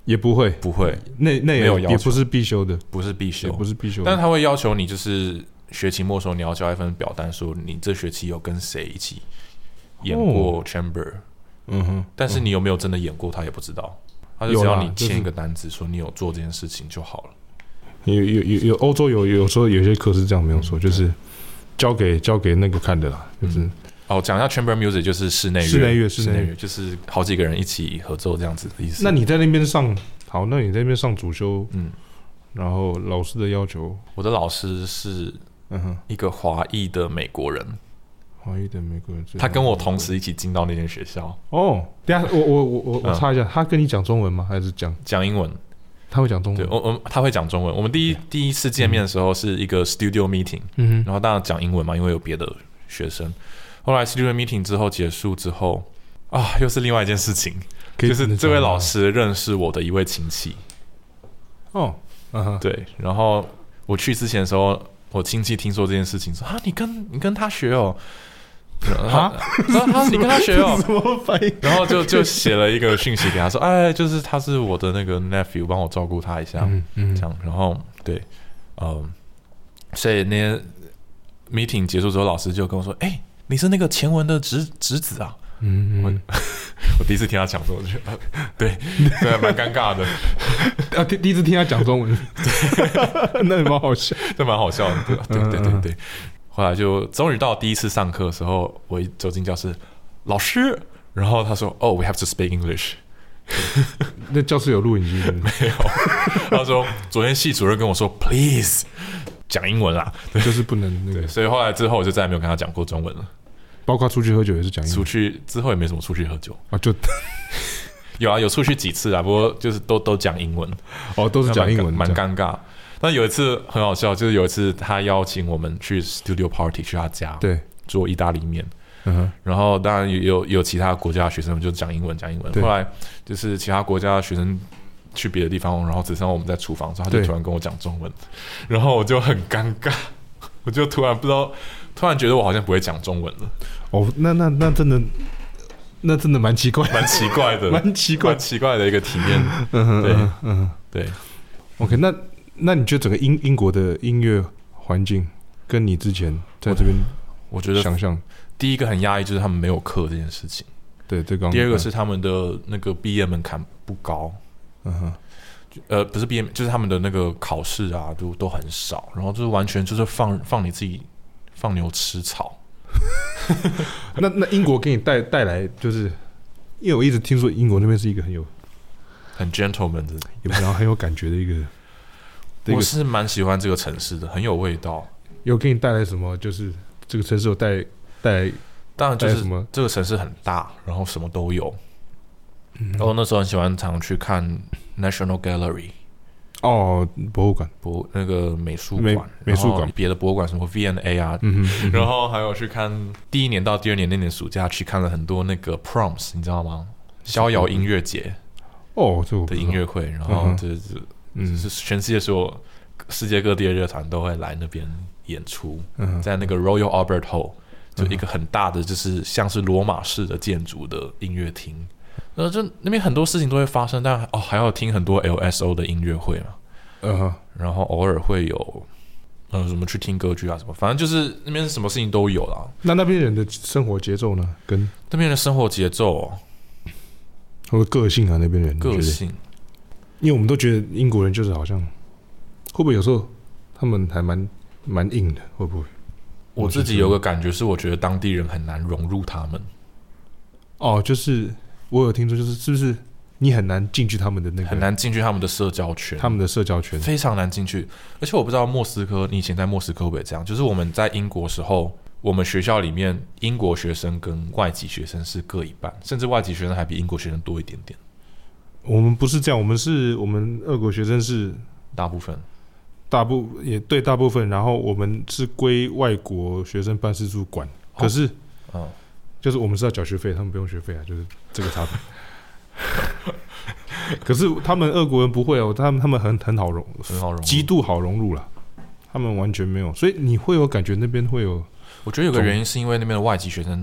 B: 也不会，
A: 不会，
B: 那那
A: 没有要求
B: 也不是必修的，
A: 不是必修，
B: 也不是必修的，
A: 但是他会要求你就是学期末的时候你要交一份表单，说你这学期有跟谁一起演过 Chamber，、哦、
B: 嗯哼，
A: 但是你有没有真的演过，他也不知道，他就只要你签一个单子说你有做这件事情就好了。
B: 有有有有欧洲有有时候有些课是这样没有错，嗯、就是交给交给那个看的啦，就是。嗯
A: 哦，讲一下 Chamber Music 就是室内乐，
B: 室内乐，
A: 室内乐就是好几个人一起合奏这样子的意思。
B: 那你在那边上，好，那你在那边上主修，嗯，然后老师的要求，
A: 我的老师是嗯哼一个华裔的美国人，
B: 华裔的美国人，
A: 他跟我同时一起进到那间学校。
B: 哦，等一下我我我我我插一下，嗯、他跟你讲中文吗？还是讲
A: 讲英文？
B: 他会讲中文，
A: 对，我我他会讲中文。我们第一第一次见面的时候是一个 studio meeting，
B: 嗯哼，
A: 然后当然讲英文嘛，因为有别的学生。后来 studio meeting 之后结束之后啊，又是另外一件事情，就是这位老师认识我的一位亲戚。
B: 哦，嗯、
A: 对，然后我去之前的时候，我亲戚听说这件事情，说啊，你跟你跟他学哦，啊，他你跟他学哦，
B: 怎么反应？
A: 然后就就写了一个讯息给他说，哎，就是他是我的那个 nephew， 帮我照顾他一下，嗯嗯，这样，然后对，嗯，所以那 meeting 结束之后，老师就跟我说，哎。你是那个前文的侄侄子啊？嗯，嗯我我第一次听他讲说，我觉得对，对，蛮尴尬的。
B: 啊，第第一次听他讲中文，那也蛮好笑，
A: 这蛮好笑的，对对对对对。后来就终于到第一次上课的时候，我一走进教室，老师，然后他说：“哦、oh, ，we have to speak English。”
B: 那教室有录影机的
A: 没有？他说昨天系主任跟我说 ，please。讲英文啦，
B: 就是不能那个，
A: 所以后来之后我就再也没有跟他讲过中文了。
B: 包括出去喝酒也是讲英文。
A: 出去之后也没什么出去喝酒
B: 啊，就
A: 有啊，有出去几次啊，不过就是都都讲英文。
B: 哦，都是讲英文，
A: 蛮尴尬。但有一次很好笑，就是有一次他邀请我们去 studio party 去他家，
B: 对，
A: 做意大利面。
B: 嗯哼，
A: 然后当然有有有其他国家的学生就讲英文讲英文。后来就是其他国家的学生。去别的地方，然后只剩我们在厨房的时候，他就突然跟我讲中文，然后我就很尴尬，我就突然不知道，突然觉得我好像不会讲中文了。
B: 哦，那那那真的，那真的蛮奇怪，
A: 蛮奇怪的，
B: 蛮奇怪、
A: 蛮奇怪的一个体验。
B: 嗯
A: 对，
B: 嗯
A: 对。
B: OK， 那那你觉得整个英英国的音乐环境跟你之前在这边，
A: 我觉得
B: 想象
A: 第一个很压抑，就是他们没有课这件事情。
B: 对，这个。
A: 第二个是他们的那个毕业门槛不高。
B: 嗯哼，
A: 呃，不是毕业，就是他们的那个考试啊，都都很少，然后就是完全就是放放你自己放牛吃草。
B: 那那英国给你带带来，就是因为我一直听说英国那边是一个很有
A: 很 gentleman 的，
B: 也不然后很有感觉的一个。
A: 我是蛮喜欢这个城市的，很有味道。
B: 有给你带来什么？就是这个城市有带带来，
A: 当然就是什么？这个城市很大，然后什么都有。然后那时候很喜欢常去看 National Gallery，
B: 哦，博物馆，
A: 博那个美术馆，
B: 美术馆，
A: 别的博物馆什么 V N A 啊，
B: 嗯嗯、
A: 然后还有去看第一年到第二年那年暑假去看了很多那个 Proms， 你知道吗？逍遥音乐节
B: 哦，这
A: 的音乐会，然后就是嗯，是全世界所有世界各地的乐团都会来那边演出，
B: 嗯、
A: 在那个 Royal Albert Hall， 就一个很大的，就是像是罗马式的建筑的音乐厅。然后就那边很多事情都会发生，但哦还要听很多 L S O 的音乐会嘛，
B: 嗯、uh ，huh.
A: 然后偶尔会有，呃，什么去听歌剧啊什么，反正就是那边什么事情都有啦。
B: 那那边人的生活节奏呢？跟
A: 那边的生活节奏、哦，
B: 或者个性啊，那边人
A: 个性，
B: 因为我们都觉得英国人就是好像，会不会有时候他们还蛮蛮硬的？会不会？
A: 我自己有个感觉是，我觉得当地人很难融入他们。
B: 哦，就是我有听说，就是是不是你很难进去他们的那个，
A: 很难进去他们的社交圈，
B: 他们的社交圈
A: 非常难进去。而且我不知道莫斯科，你以前在莫斯科会不会这样？就是我们在英国时候，我们学校里面英国学生跟外籍学生是各一半，甚至外籍学生还比英国学生多一点点。
B: 我们不是这样，我们是我们俄国学生是
A: 大部分，
B: 大部也对大部分，然后我们是归外国学生办事处管，哦、可是，
A: 嗯。
B: 就是我们是要缴学费，他们不用学费啊，就是这个差别。可是他们俄国人不会哦，他们他们很很好融，
A: 很好融入，
B: 极度好融入了。他们完全没有，所以你会有感觉那边会有。
A: 我觉得有个原因是因为那边的外籍学生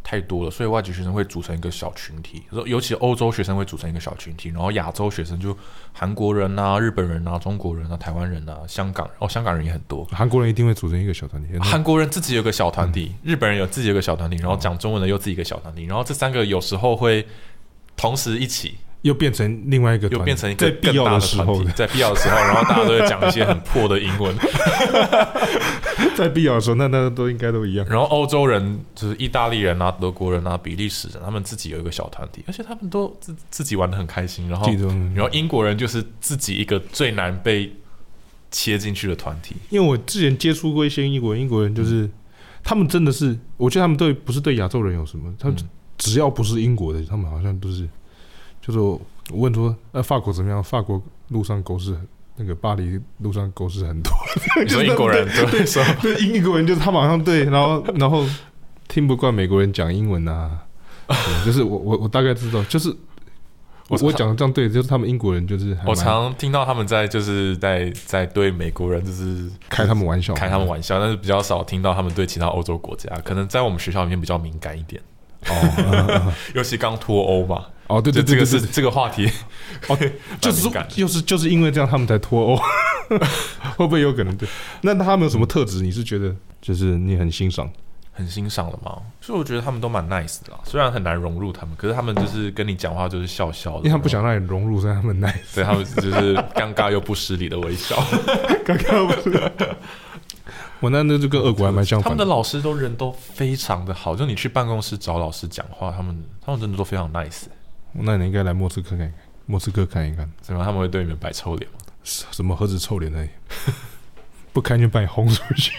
A: 太多了，所以外籍学生会组成一个小群体，尤其欧洲学生会组成一个小群体，然后亚洲学生就韩国人啊、日本人啊、中国人啊、台湾人啊、香港人，哦，香港人也很多。
B: 韩国人一定会组成一个小团体，
A: 韩国人自己有个小团体，嗯、日本人有自己有个小团体，然后讲中文的又自己一个小团体，然后这三个有时候会同时一起。
B: 又变成另外一个团体，
A: 又变成一个更大的团体，在必要的时候，然后大家都会讲一些很破的英文。
B: 在必要的时候，那那都应该都一样。
A: 然后欧洲人就是意大利人啊、德国人啊、比利时人，他们自己有一个小团体，而且他们都自自己玩得很开心。然后，然后英国人就是自己一个最难被切进去的团体。
B: 因为我之前接触过一些英国人，英国人就是、嗯、他们真的是，我觉得他们对不是对亚洲人有什么，他们只要不是英国的，他们好像都是。就是我问说，呃，法国怎么样？法国路上狗屎，那个巴黎路上狗屎很多。
A: 你说英国人对说，
B: 对英国人就是他马上对，然后然后听不惯美国人讲英文啊，就是我我我大概知道，就是我我讲的这样对，就是他们英国人就是
A: 我常听到他们在就是在在对美国人就是
B: 开他们玩笑，
A: 开他们玩笑，但是比较少听到他们对其他欧洲国家，可能在我们学校里面比较敏感一点。哦，嗯、尤其刚脱欧嘛。
B: 哦，对对对对，
A: 这个是这个话题，
B: 哦，就是就是就是因为这样，他们才脱欧，会不会有可能？对，那他们有什么特质？你是觉得就是你很欣赏、
A: 很欣赏的吗？所以我觉得他们都蛮 nice 的啦，虽然很难融入他们，可是他们就是跟你讲话就是笑笑的，
B: 因为他们不想让你融入，所以他们 nice，
A: 对他们就是尴尬又不失礼的微笑，
B: 尴尬又不失礼。我那那就跟俄国还蛮相反的，
A: 他们的老师都人都非常的好，就你去办公室找老师讲话，他们他们真的都非常 nice。
B: 那你应该来莫斯科看一看，莫斯科看一看，
A: 怎么他们会对你们摆臭脸吗？
B: 什么何止臭脸而已，不看就把你轰出去。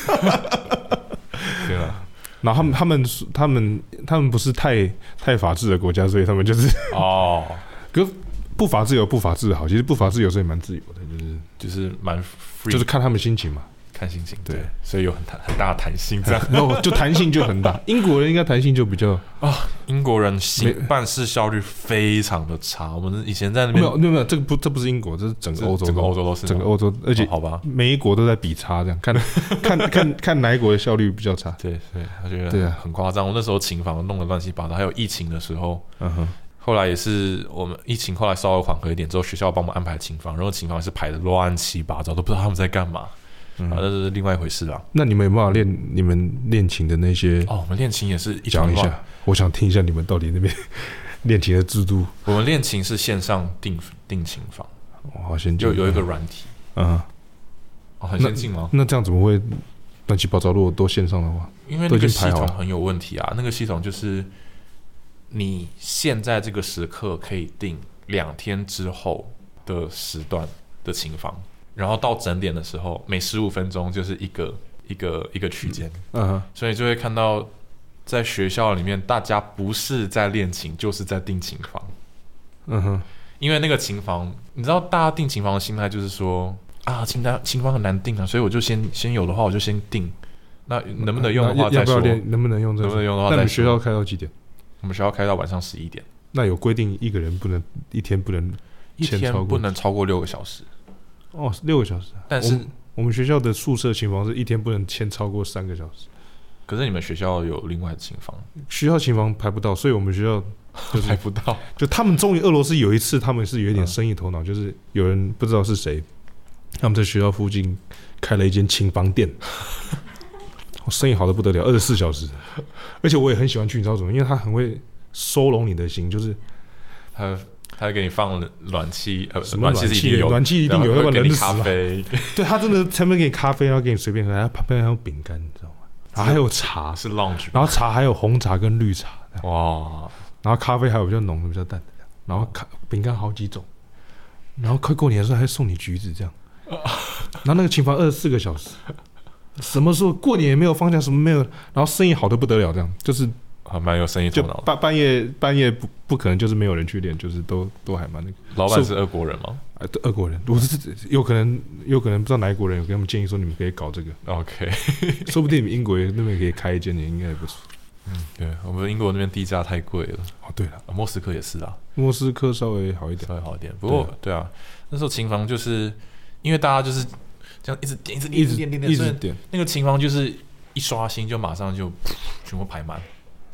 A: 对啊，
B: 然后他们他们他们他们不是太太法治的国家，所以他们就是哦，可是不法治有不法治好，其实不法治有时候也蛮自由的，就是
A: 就是蛮 free，
B: 就是看他们心情嘛。
A: 看心情，对，所以有很很大的弹性，这样，
B: 然后就弹性就很大。英国人应该弹性就比较
A: 啊，英国人行办事效率非常的差。我们以前在那边
B: 没有没有没有，这个不这不是英国，这是整个欧洲，
A: 整个欧洲都是
B: 整个欧洲，而且
A: 好吧，
B: 每一国都在比差，这样看看看看哪一国的效率比较差。
A: 对对，他觉得对啊，很夸张。我那时候琴房弄得乱七八糟，还有疫情的时候，嗯哼。后来也是我们疫情后来稍微缓和一点之后，学校帮我们安排琴房，然后琴房是排的乱七八糟，都不知道他们在干嘛。嗯、啊，这是另外一回事啦。
B: 那你们有没有练你们练琴的那些？
A: 哦，我们练琴也是一
B: 讲一下，我想听一下你们到底那边练琴的制度。
A: 我们练琴是线上订订琴房，
B: 哇，好先进，
A: 就有一个软体，嗯，哦，很先进吗？
B: 那, 那这样怎么会乱七八糟？如果都线上的话，
A: 因为那个系统很有问题啊。那个系统就是你现在这个时刻可以定两天之后的时段的琴房。然后到整点的时候，每十五分钟就是一个一个一个区间，嗯哼，所以就会看到在学校里面，大家不是在练琴，就是在订琴房，嗯哼，因为那个琴房，你知道，大家订琴房的心态就是说啊，琴单琴房很难订啊，所以我就先先有的话，我就先订，那能不能用的话再说，
B: 要不要练，能不能用这个，
A: 能不能用的话再说。
B: 那你们学校开到几点？
A: 我们学校开到晚上十一点。
B: 那有规定一个人不能一天不能
A: 一天不能超过六个小时。
B: 哦，六个小时。
A: 但是 我,
B: 我们学校的宿舍琴房是一天不能签超过三个小时。
A: 可是你们学校有另外的琴房？
B: 学校琴房排不到，所以我们学校就是
A: 排不到。
B: 就他们终于俄罗斯有一次，他们是有一点生意头脑，嗯、就是有人不知道是谁，他们在学校附近开了一间琴房店，生意好的不得了，二十四小时。而且我也很喜欢去，你知道怎么？因为他很会收拢你的心，就是
A: 他。他会给你放暖气，呃，
B: 什么暖气？暖气一定有，要不然人死
A: 咖啡。
B: 对，他真的前面给你咖啡，然后给你随便喝，然后旁边还有饼干，你知道吗？然后还有茶，
A: 是 lounge，
B: 然后茶还有红茶跟绿茶，哇！然后咖啡还有比较浓的、比较淡的，然后咖饼干好几种，然后快过年的时候还送你橘子这样。然后那个琴房二十四个小时，什么时候过年也没有放假，什么没有，然后生意好的不得了，这样就是。
A: 还蛮有生意头脑的，
B: 半半夜半夜不不可能就是没有人去练，就是都都还蛮那个。
A: 老板是俄国人吗？
B: 啊，对，俄国人，我是有可能有可能不知道哪一国人有给他们建议说你们可以搞这个。
A: OK，
B: 说不定你们英国那边可以开一间，也应该也不错。
A: 嗯，对，我们英国那边地价太贵了。
B: 哦，对了，
A: 啊，莫斯科也是啊，
B: 莫斯科稍微好一点，
A: 稍微好一点。不过，对啊，那时候琴房就是因为大家就是这样一直点，一直点，一直点，点，点，
B: 一直点，
A: 那个琴房就是一刷新就马上就全部排满。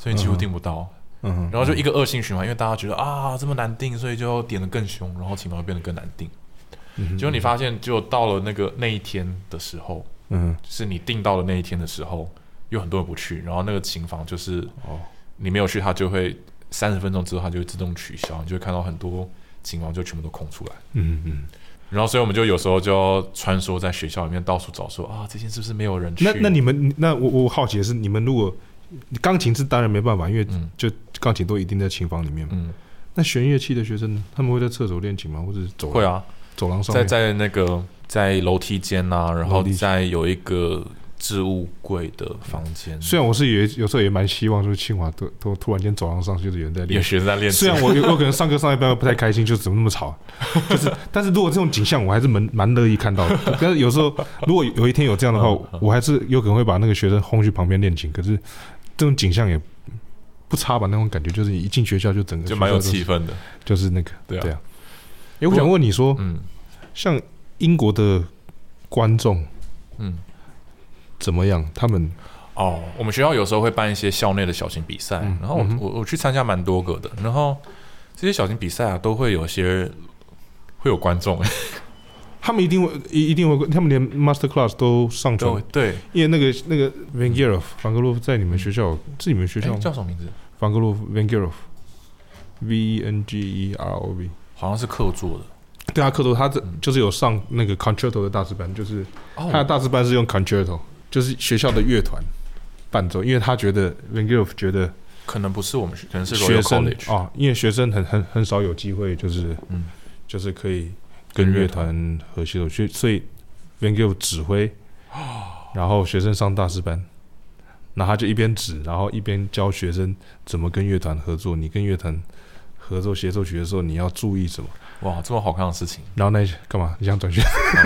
A: 所以你几乎订不到。嗯，然后就一个恶性循环，因为大家觉得啊这么难订，所以就点得更凶，然后琴房会变得更难订。嗯，结果你发现，就到了那个那一天的时候，嗯，是你订到的那一天的时候，有很多人不去，然后那个琴房就是哦，你没有去，它就会三十分钟之后它就会自动取消，你就会看到很多琴房就全部都空出来。嗯嗯。然后，所以我们就有时候就要穿梭在学校里面到处找说，说啊，这天是不是没有人去？
B: 那那你们，那我我好奇的是，你们如果钢琴是当然没办法，因为就钢琴都一定在琴房里面嘛。嗯。那弦乐器的学生，他们会在厕所练琴吗？或者走廊？
A: 会啊，
B: 走廊上面，
A: 在在那个在楼梯间啊，然后再有一个置物柜的房间。
B: 虽然我是也有时候也蛮希望，就是清华都都突然间走廊上就是有人在练，
A: 有学生在练。
B: 虽然我有有可能上课上一半不太开心，就怎么那么吵，就是，但是如果这种景象，我还是蛮蛮乐意看到的。但是有时候如果有一天有这样的话，我还是有可能会把那个学生轰去旁边练琴。可是这种景象也不差吧？那种感觉就是一进学校就整个
A: 就蛮有气氛的，
B: 就是那个
A: 对啊。
B: 对啊欸、我想问你说，嗯，像英国的观众，嗯。怎么样？他们
A: 哦，我们学校有时候会办一些校内的小型比赛，嗯、然后我、嗯、我我去参加蛮多个的，然后这些小型比赛啊，都会有些会有观众，
B: 他们一定会一定会，他们连 master class 都上传，
A: 对，
B: 因为那个那个 Vangeroff 凡格洛夫在你们学校，是你们学校
A: 叫什么名字？
B: 凡格洛夫 Vangeroff，V E N G E R O V，
A: 好像是客座的。
B: 对啊，客座他这就是有上那个 concerto 的大师班，就是他的大师班是用 concerto。就是学校的乐团伴奏，因为他觉得 Vangeroff 觉得
A: 可能不是我们学，可能是
B: 学生
A: College
B: 啊，因为学生很很很少有机会，就是嗯，就是可以跟乐团合协奏，所以 Vangeroff 指挥，然后学生上大师班，然后他就一边指，然后一边教学生怎么跟乐团合作。你跟乐团合作协奏曲的时候，你要注意什么？
A: 哇，这么好看的事情！
B: 然后那干嘛？你想转学？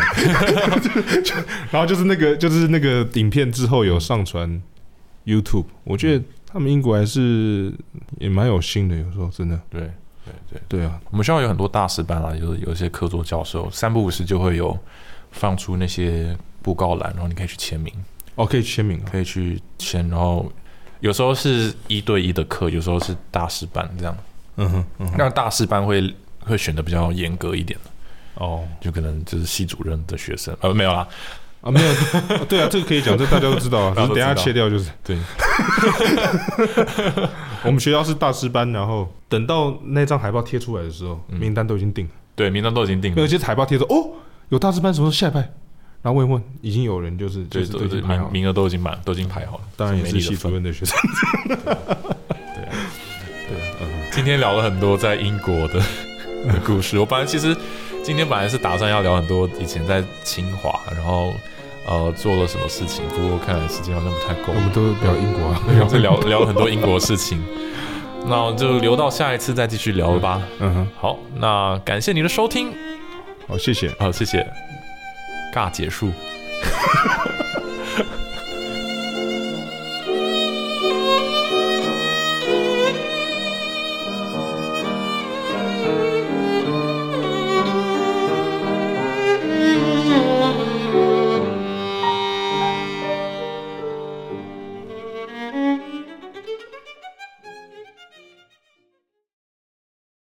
B: 然后就是那个，就是那个影片之后有上传 YouTube， 我觉得他们英国还是也蛮有心的，有时候真的。
A: 对对对
B: 对啊！
A: 我们学校有很多大师班啊，有有一些客座教授，三不五时就会有放出那些布告栏，然后你可以去签名。
B: 哦，可以签名、哦，
A: 可以去签。然后有时候是一对一的课，有时候是大师班这样。嗯哼，嗯哼那大师班会。会选的比较严格一点的哦，就可能就是系主任的学生，呃，没有啦，
B: 啊，没有，对啊，这个可以讲，这大家都知道啊，等一下切掉就是
A: 对。
B: 我们学校是大师班，然后等到那张海报贴出来的时候，嗯、名单都已经定了，
A: 对，名单都已经定了，
B: 而且海报贴说哦，有大师班什么时候下一派，然后问一问，已经有人就是
A: 对，
B: 就是
A: 对名名额都已经满，都已经排好了，
B: 当然也是系主任的学生，
A: 对啊，对啊，嗯，今天聊了很多在英国的。的故事，我本来其实今天本来是打算要聊很多以前在清华，然后呃做了什么事情，不过看来时间好像不太够。
B: 我们都聊英国啊，
A: 然后就聊聊了很多英国的事情，那就留到下一次再继续聊了吧。嗯哼，好，那感谢你的收听，
B: 好，谢谢，
A: 好，谢谢，尬结束。